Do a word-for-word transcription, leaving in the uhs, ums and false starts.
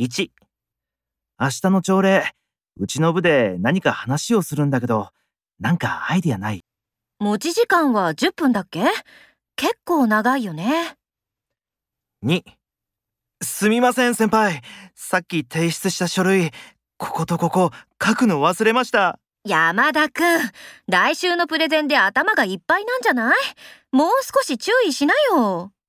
いち、明日の朝礼、うちの部で何か話をするんだけど、なんかアイディアない？ 持ち時間はじゅっぷんだっけ？結構長いよね。 に、すみません先輩。さっき提出した書類、こことここ書くの忘れました。 山田くん、来週のプレゼンで頭がいっぱいなんじゃない？もう少し注意しなよ。